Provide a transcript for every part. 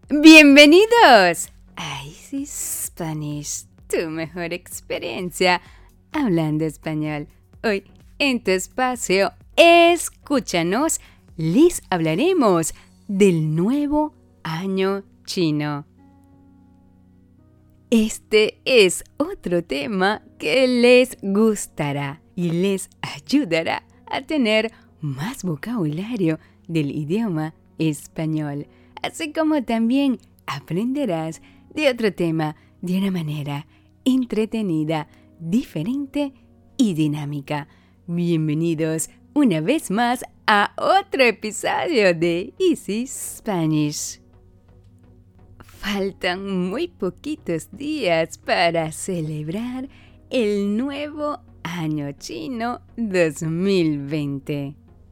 Bienvenidos a Easy Spanish, tu mejor experiencia hablando español. Hoy en tu espacio, escúchanos, les hablaremos del nuevo año chino. Este es otro tema que les gustará y les ayudará a tener más vocabulario del idioma español, así como también aprenderás de otro tema de una manera entretenida, diferente y dinámica. Bienvenidos una vez más a otro episodio de Easy Spanish. Faltan muy poquitos días para celebrar el nuevo año chino 2020.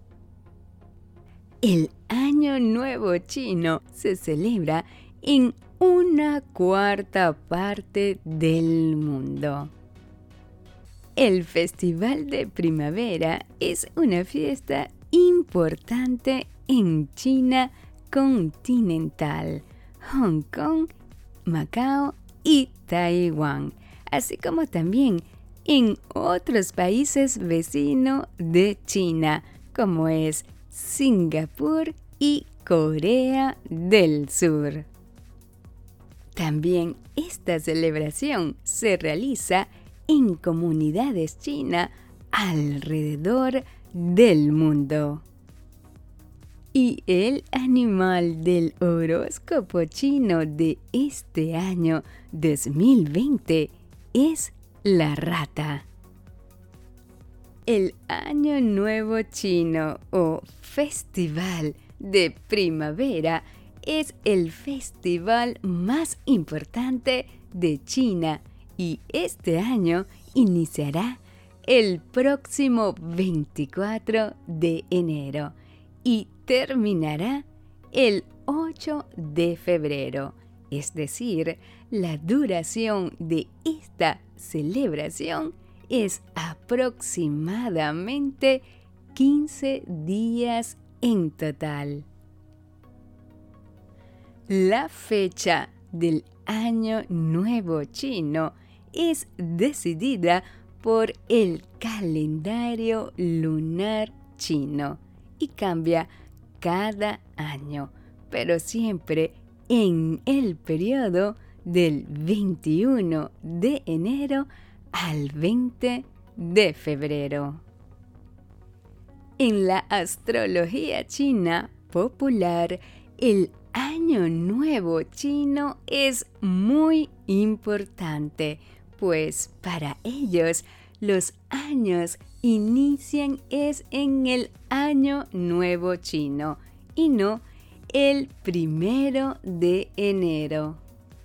El Año Nuevo Chino se celebra en una cuarta parte del mundo. El Festival de Primavera es una fiesta importante en China continental, Hong Kong, Macao y Taiwán, así como también en otros países vecinos de China, como es Singapur y Corea del Sur. También esta celebración se realiza en comunidades chinas alrededor del mundo. Y el animal del horóscopo chino de este año 2020 es la rata. El Año Nuevo Chino o Festival de Primavera es el festival más importante de China y este año iniciará el próximo 24 de enero y terminará el 8 de febrero. Es decir, la duración de esta celebración es aproximadamente 15 días en total. La fecha del Año Nuevo Chino es decidida por el calendario lunar chino y cambia cada año, pero siempre en el periodo del 21 de enero al 20 de febrero. En la astrología china popular, el Año Nuevo Chino es muy importante, pues para ellos los años inician en el Año Nuevo Chino y no el 1 de enero.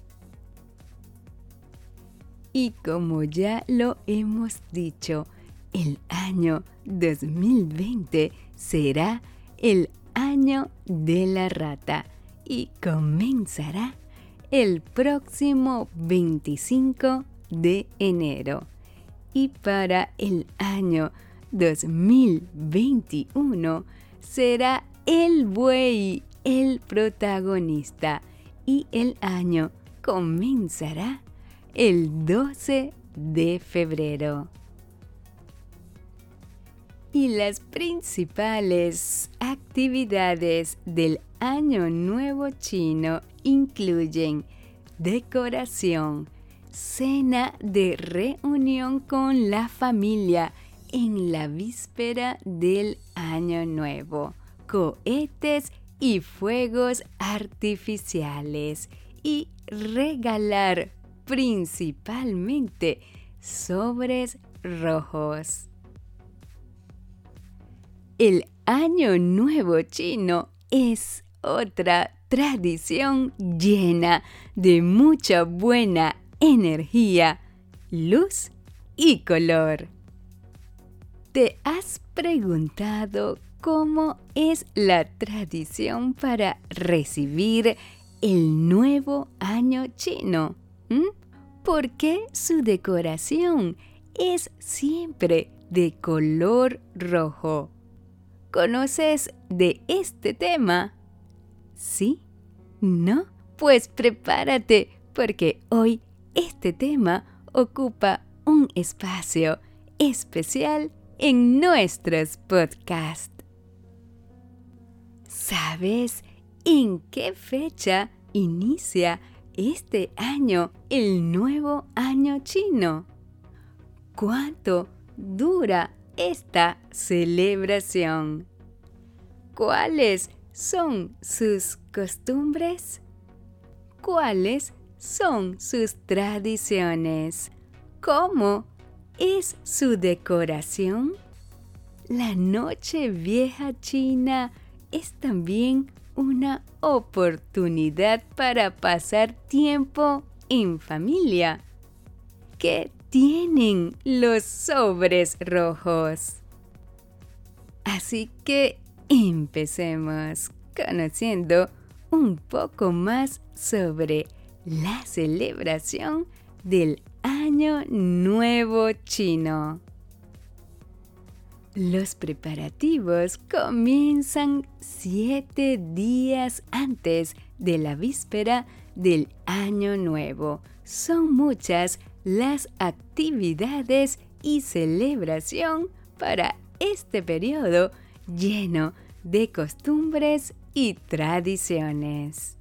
Y como ya lo hemos dicho, el año 2020 será el año de la rata y comenzará el próximo 25 de enero. Y para el año 2021 será el buey el protagonista y el año comenzará el 12 de febrero. Y las principales actividades del Año Nuevo Chino incluyen decoración, cena de reunión con la familia en la víspera del Año Nuevo, cohetes y fuegos artificiales y regalar principalmente sobres rojos. El Año Nuevo Chino es otra tradición llena de mucha buena energía, luz y color. ¿Te has preguntado cómo es la tradición para recibir el nuevo año chino? ¿Por qué su decoración es siempre de color rojo? ¿Conoces de este tema? ¿Sí? ¿No? Pues prepárate, porque hoy este tema ocupa un espacio especial en nuestros podcasts. ¿Sabes en qué fecha inicia este año el nuevo año chino? ¿Cuánto dura esta celebración? ¿Cuáles son sus costumbres? ¿Cuáles son sus tradiciones? ¿Cómo es su decoración? La Noche Vieja China es también una oportunidad para pasar tiempo en familia. ¿Qué tienen los sobres rojos? Así que empecemos conociendo un poco más sobre la celebración del Año Nuevo Chino. Los preparativos comienzan 7 días antes de la víspera del Año Nuevo. Son muchas las actividades y celebración para este periodo lleno de costumbres y tradiciones.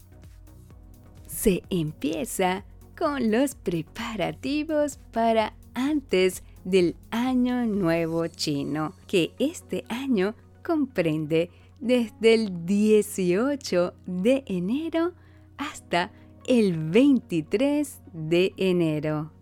Se empieza con los preparativos para antes del Año Nuevo Chino, que este año comprende desde el 18 de enero hasta el 23 de enero.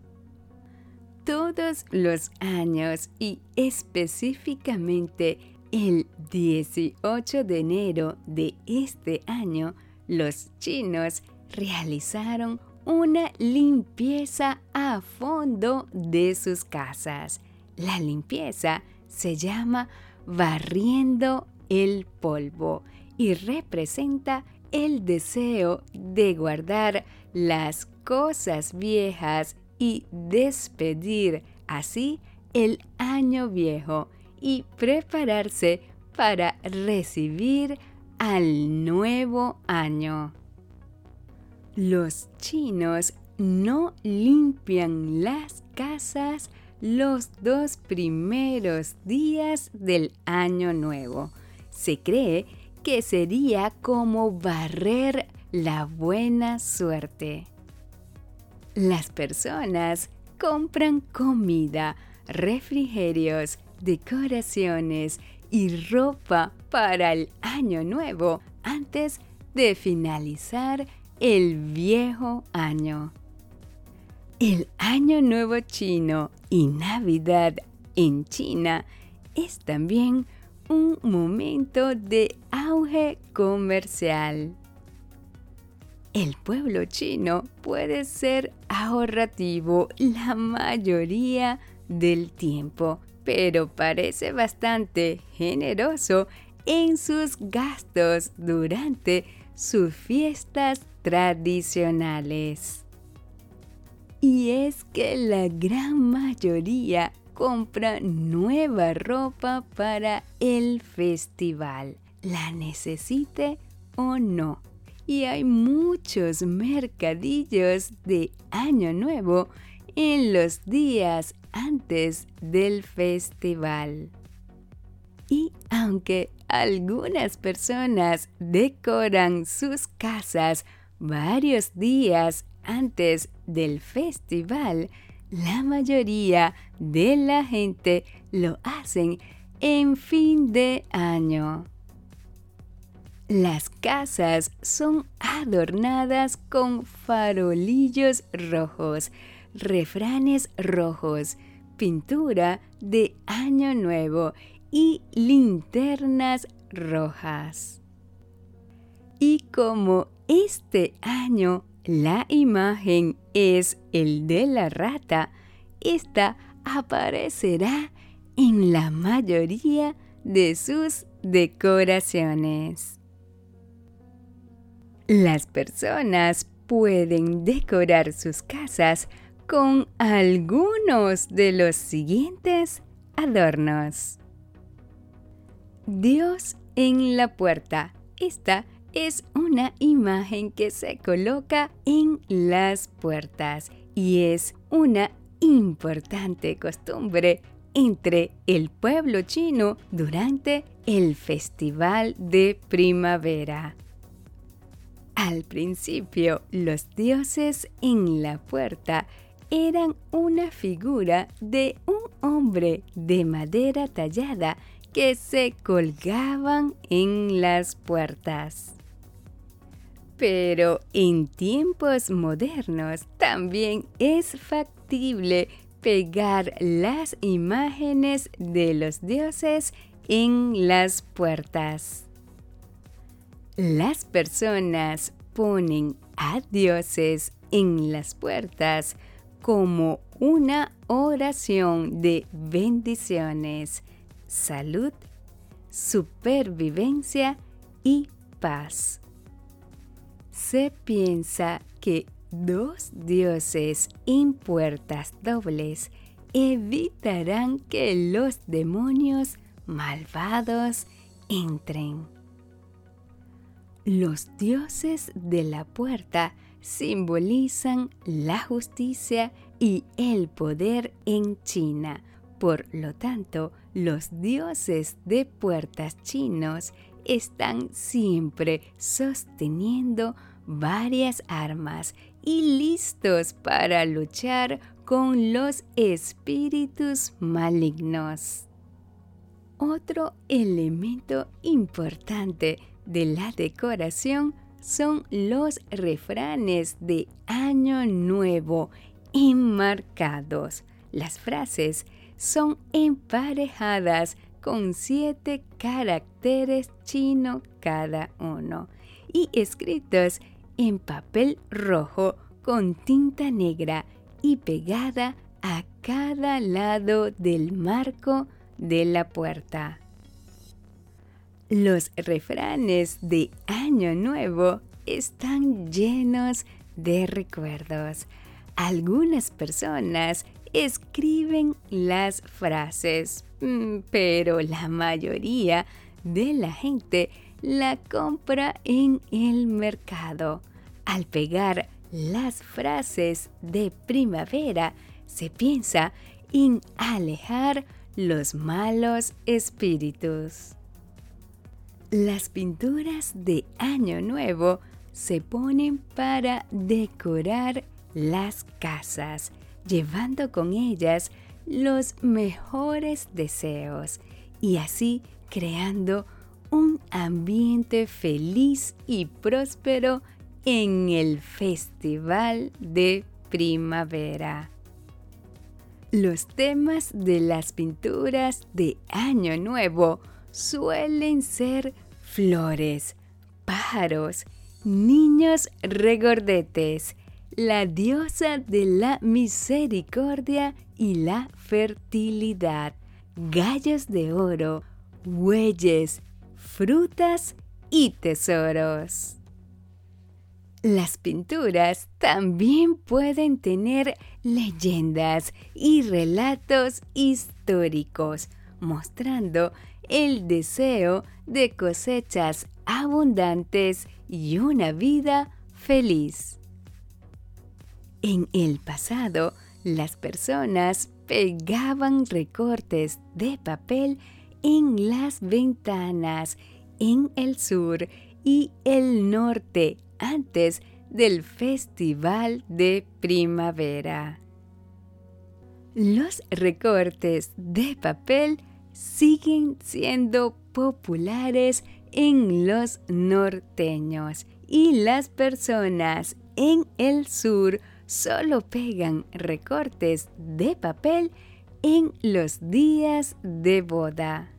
Todos los años y específicamente el 18 de enero de este año, los chinos realizaron una limpieza a fondo de sus casas. La limpieza se llama barriendo el polvo y representa el deseo de guardar las cosas viejas y despedir así el año viejo y prepararse para recibir al nuevo año. Los chinos no limpian las casas los 2 primeros días del año nuevo. Se cree que sería como barrer la buena suerte. Las personas compran comida, refrigerios, decoraciones y ropa para el año nuevo antes de finalizar el viejo año. El Año Nuevo Chino y Navidad en China es también un momento de auge comercial. El pueblo chino puede ser ahorrativo la mayoría del tiempo, pero parece bastante generoso en sus gastos durante sus fiestas tradicionales. Y es que la gran mayoría compra nueva ropa para el festival, la necesite o no. Y hay muchos mercadillos de Año Nuevo en los días antes del festival. Y aunque algunas personas decoran sus casas varios días antes del festival, la mayoría de la gente lo hacen en fin de año. Las casas son adornadas con farolillos rojos, refranes rojos, pintura de Año Nuevo y linternas rojas. Y como este año la imagen es el de la rata, esta aparecerá en la mayoría de sus decoraciones. Las personas pueden decorar sus casas con algunos de los siguientes adornos. Dios en la puerta. Esta es una imagen que se coloca en las puertas y es una importante costumbre entre el pueblo chino durante el Festival de Primavera. Al principio, los dioses en la puerta eran una figura de un hombre de madera tallada que se colgaban en las puertas. Pero en tiempos modernos también es factible pegar las imágenes de los dioses en las puertas. Las personas ponen a dioses en las puertas como una oración de bendiciones, salud, supervivencia y paz. Se piensa que 2 dioses en puertas dobles evitarán que los demonios malvados entren. Los dioses de la puerta simbolizan la justicia y el poder en China. Por lo tanto, los dioses de puertas chinos están siempre sosteniendo varias armas y listos para luchar con los espíritus malignos. Otro elemento importante de la decoración son los refranes de Año Nuevo enmarcados. Las frases son emparejadas con 7 caracteres chino cada uno y escritos en papel rojo con tinta negra y pegada a cada lado del marco de la puerta. Los refranes de Año Nuevo están llenos de recuerdos. Algunas personas escriben las frases, pero la mayoría de la gente la compra en el mercado. Al pegar las frases de primavera, se piensa en alejar los malos espíritus. Las pinturas de Año Nuevo se ponen para decorar las casas, llevando con ellas los mejores deseos y así creando un ambiente feliz y próspero en el Festival de Primavera. Los temas de las pinturas de Año Nuevo suelen ser flores, pájaros, niños regordetes, la diosa de la misericordia y la fertilidad, gallos de oro, bueyes, frutas y tesoros. Las pinturas también pueden tener leyendas y relatos históricos, mostrando el deseo de cosechas abundantes y una vida feliz. En el pasado, las personas pegaban recortes de papel en las ventanas en el sur y el norte antes del Festival de Primavera. Los recortes de papel siguen siendo populares en los norteños y las personas en el sur solo pegan recortes de papel en los días de boda.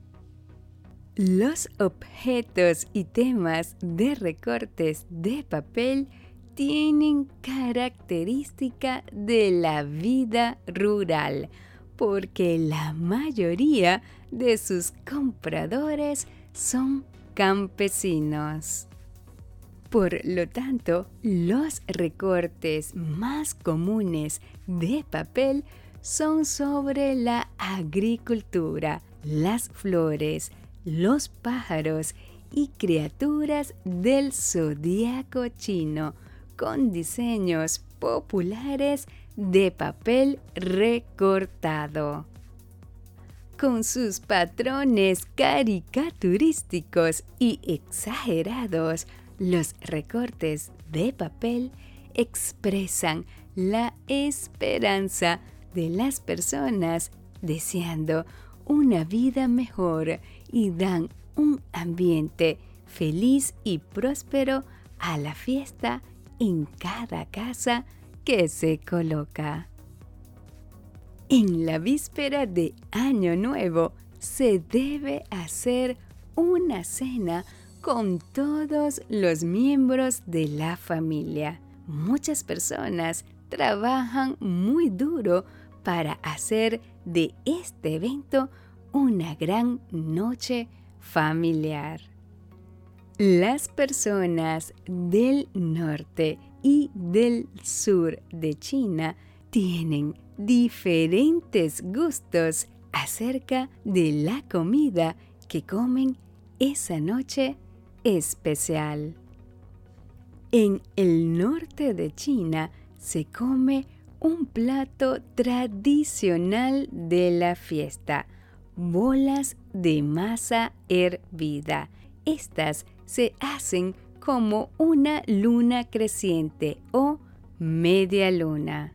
Los objetos y temas de recortes de papel tienen característica de la vida rural, porque la mayoría de sus compradores son campesinos. Por lo tanto, los recortes más comunes de papel son sobre la agricultura, las flores, los pájaros y criaturas del zodiaco chino, con diseños populares de papel recortado. Con sus patrones caricaturísticos y exagerados, los recortes de papel expresan la esperanza de las personas deseando una vida mejor y dan un ambiente feliz y próspero a la fiesta en cada casa que se coloca. En la víspera de Año Nuevo se debe hacer una cena con todos los miembros de la familia. Muchas personas trabajan muy duro para hacer de este evento una gran noche familiar. Las personas del norte y del sur de China tienen diferentes gustos acerca de la comida que comen esa noche especial. En el norte de China se come un plato tradicional de la fiesta: bolas de masa hervida. Estas se hacen como una luna creciente o media luna.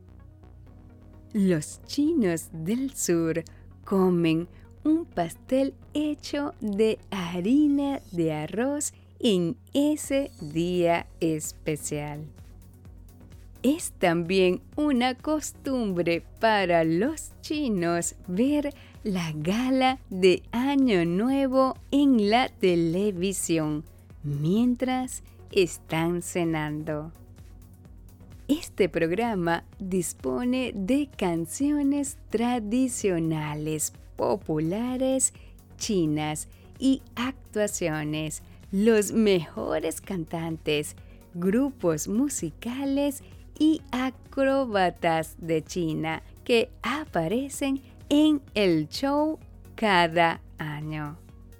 Los chinos del sur comen un pastel hecho de harina de arroz en ese día especial. Es también una costumbre para los chinos ver la gala de Año Nuevo en la televisión mientras están cenando. Este programa dispone de canciones tradicionales populares chinas y actuaciones. Los mejores cantantes, grupos musicales y acróbatas de China que aparecen en el show cada año.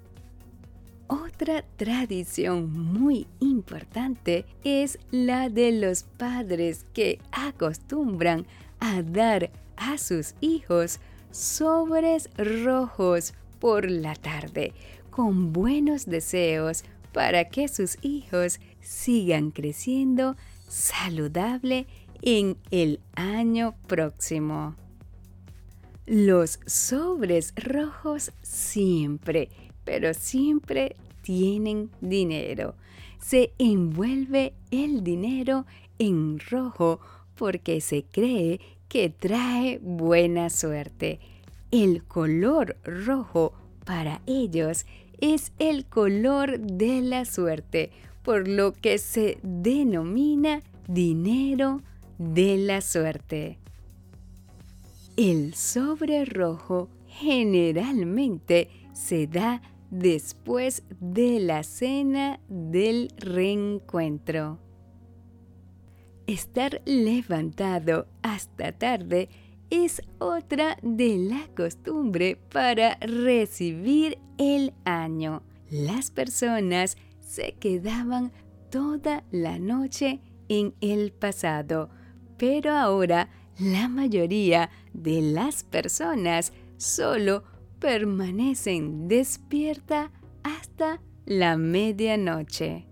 Otra tradición muy importante es la de los padres que acostumbran a dar a sus hijos sobres rojos por la tarde con buenos deseos para que sus hijos sigan creciendo saludable en el año próximo. Los sobres rojos siempre, pero siempre tienen dinero. Se envuelve el dinero en rojo porque se cree que trae buena suerte. El color rojo para ellos es el color de la suerte, por lo que se denomina dinero de la suerte. El sobre rojo generalmente se da después de la cena del reencuentro. Estar levantado hasta tarde es otra de la costumbre para recibir el año. Las personas se quedaban toda la noche en el pasado, pero ahora la mayoría de las personas solo permanecen despierta hasta la medianoche.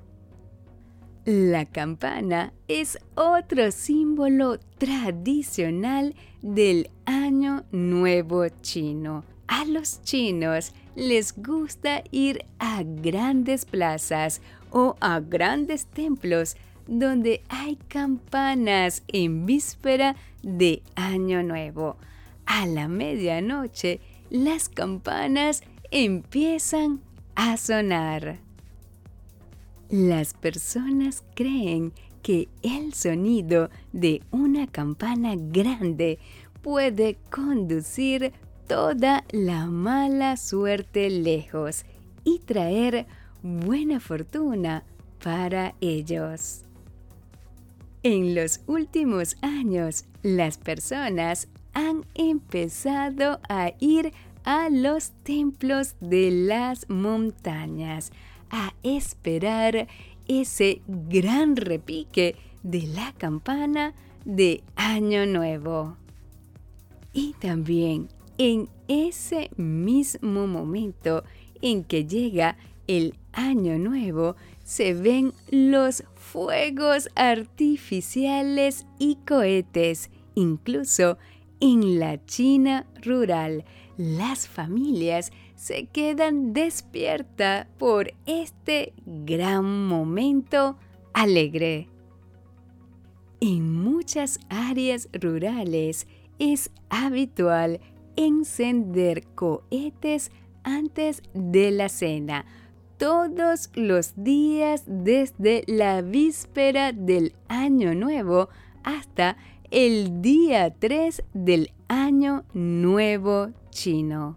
La campana es otro símbolo tradicional del Año Nuevo chino. A los chinos les gusta ir a grandes plazas o a grandes templos donde hay campanas en víspera de Año Nuevo. A la medianoche, las campanas empiezan a sonar. Las personas creen que el sonido de una campana grande puede conducir toda la mala suerte lejos y traer buena fortuna para ellos. En los últimos años, las personas han empezado a ir a los templos de las montañas a esperar ese gran repique de la campana de Año Nuevo. Y también en ese mismo momento en que llega el Año Nuevo, se ven los fuegos artificiales y cohetes. Incluso en la China rural, las familias se quedan despiertas por este gran momento alegre. En muchas áreas rurales es habitual encender cohetes antes de la cena, todos los días desde la víspera del Año Nuevo hasta el día 3 del Año Nuevo chino.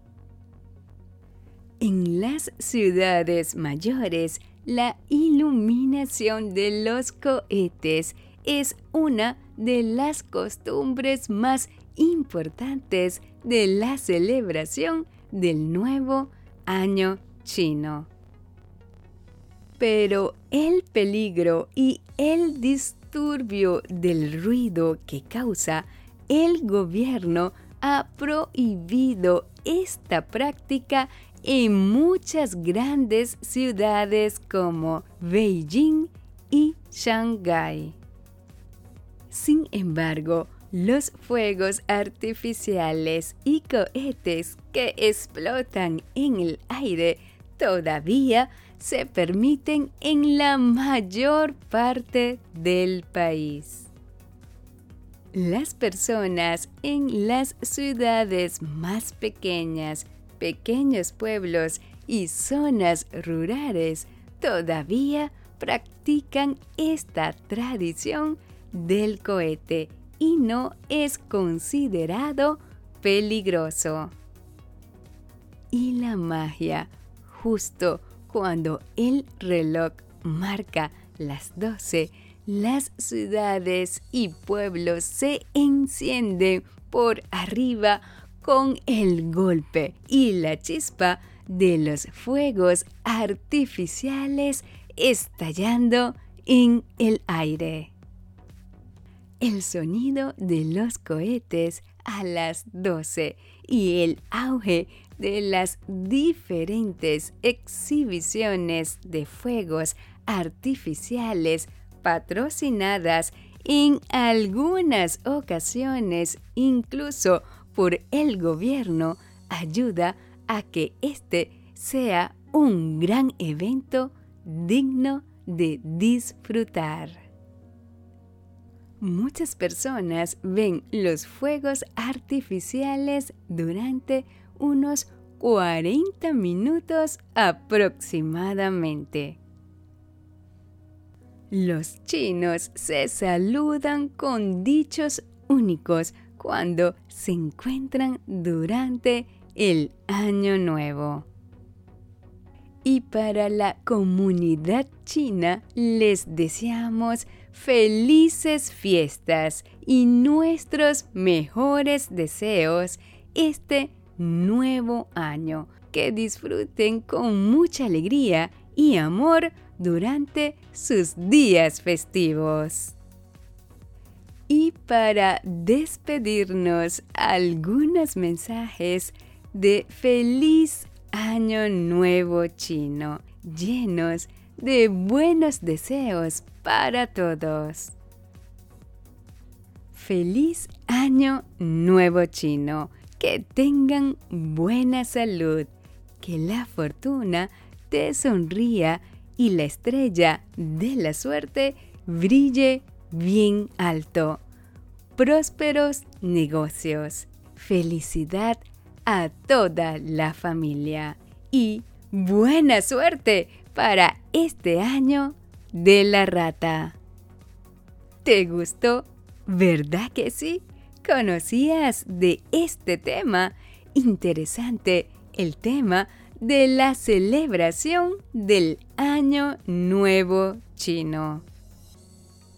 En las ciudades mayores, la iluminación de los cohetes es una de las costumbres más importantes de la celebración del Nuevo Año chino. Pero el peligro y el disturbio del ruido que causa, el gobierno ha prohibido esta práctica en muchas grandes ciudades como Beijing y Shanghái. Sin embargo, los fuegos artificiales y cohetes que explotan en el aire todavía se permiten en la mayor parte del país. Las personas en las ciudades más pequeñas, pequeños pueblos y zonas rurales todavía practican esta tradición del cohete y no es considerado peligroso. Y la magia, justo cuando el reloj marca las 12, las ciudades y pueblos se encienden por arriba con el golpe y la chispa de los fuegos artificiales estallando en el aire. El sonido de los cohetes a las 12 y el auge de las diferentes exhibiciones de fuegos artificiales patrocinadas en algunas ocasiones incluso por el gobierno ayuda a que este sea un gran evento digno de disfrutar. Muchas personas ven los fuegos artificiales durante unos 40 minutos aproximadamente. Los chinos se saludan con dichos únicos cuando se encuentran durante el Año Nuevo. Y para la comunidad china les deseamos felices fiestas y nuestros mejores deseos este nuevo año. Que disfruten con mucha alegría y amor durante sus días festivos. Y para despedirnos, algunos mensajes de feliz Año Nuevo chino, llenos de buenos deseos para todos. Feliz Año Nuevo chino, que tengan buena salud, que la fortuna te sonría y la estrella de la suerte brille bien alto. Prósperos negocios, felicidad a toda la familia y buena suerte para este año de la rata. ¿Te gustó? ¿Verdad que sí? ¿Conocías de este tema? Interesante, el tema de la celebración del Año Nuevo chino.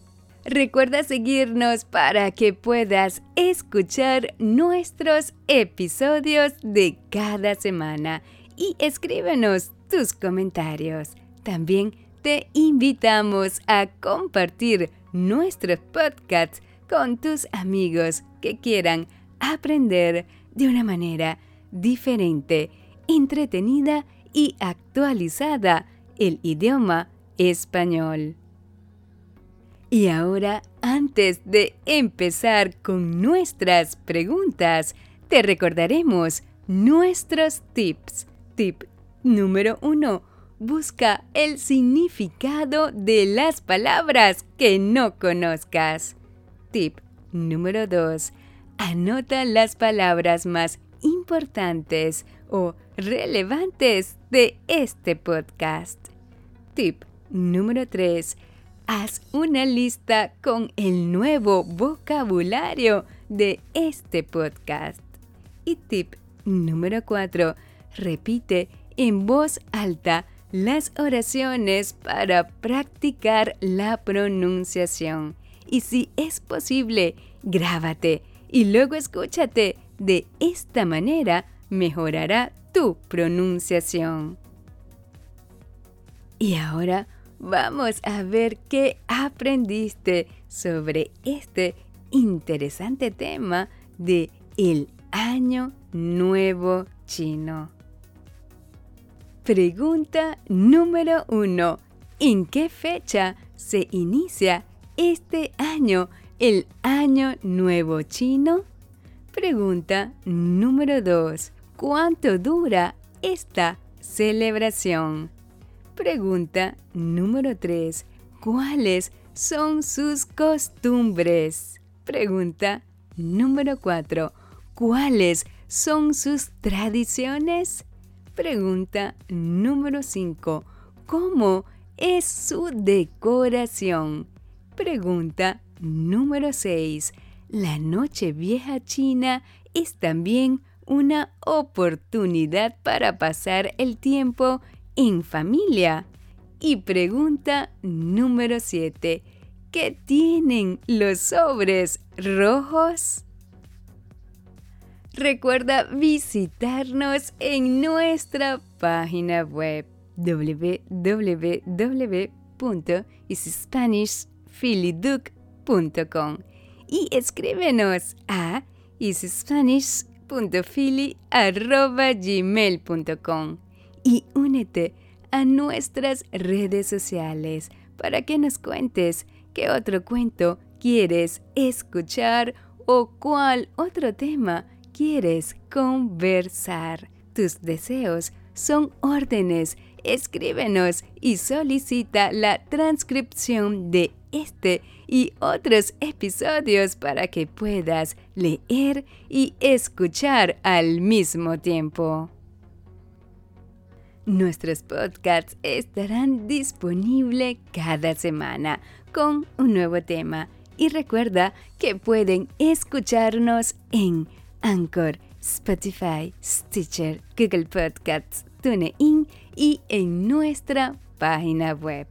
Recuerda seguirnos para que puedas escuchar nuestros episodios de cada semana y escríbenos tus comentarios. También te invitamos a compartir nuestros podcasts con tus amigos que quieran aprender de una manera diferente, entretenida y actualizada el idioma español. Y ahora, antes de empezar con nuestras preguntas, te recordaremos nuestros tips. Tip número 1. Busca el significado de las palabras que no conozcas. Tip número 2. Anota las palabras más importantes o relevantes de este podcast. Tip número 3. Haz una lista con el nuevo vocabulario de este podcast. Y tip número 4. Repite en voz alta las oraciones para practicar la pronunciación. Y si es posible, grábate y luego escúchate. De esta manera mejorará tu pronunciación. Y ahora vamos a ver qué aprendiste sobre este interesante tema de el Año Nuevo Chino. Pregunta número 1. ¿En qué fecha se inicia este año, el Año Nuevo Chino? Pregunta número 2. ¿Cuánto dura esta celebración? Pregunta número 3. ¿Cuáles son sus costumbres? Pregunta número 4. ¿Cuáles son sus tradiciones? Pregunta número 5. ¿Cómo es su decoración? Pregunta número 6. ¿La Nochevieja china es también una oportunidad para pasar el tiempo en familia? Y pregunta número 7. ¿Qué tienen los sobres rojos? Recuerda visitarnos en nuestra página web www.easyspanishphiliduc.com y escríbenos a easyspanish.philly@gmail.com y únete a nuestras redes sociales para que nos cuentes qué otro cuento quieres escuchar o cuál otro tema quieres conversar. Tus deseos son órdenes. Escríbenos y solicita la transcripción de este y otros episodios para que puedas leer y escuchar al mismo tiempo. Nuestros podcasts estarán disponibles cada semana con un nuevo tema. Y recuerda que pueden escucharnos en Anchor, Spotify, Stitcher, Google Podcasts, TuneIn y en nuestra página web.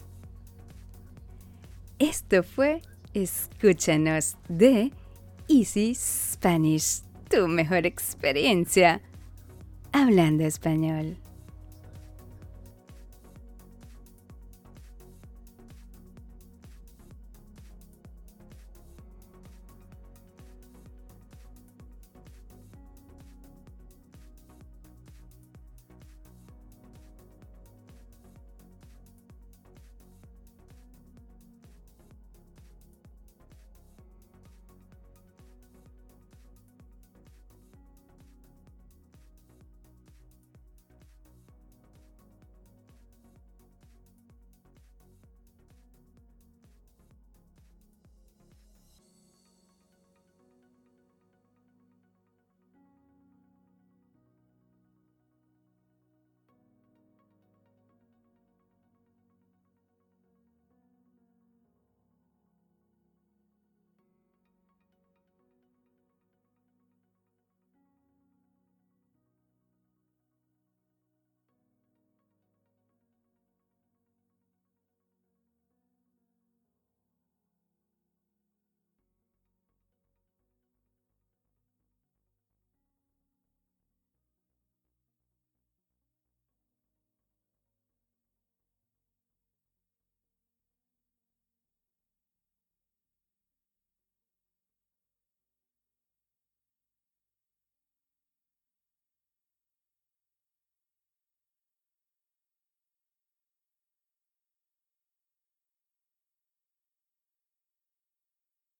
Esto fue Escúchanos de Easy Spanish, tu mejor experiencia hablando español.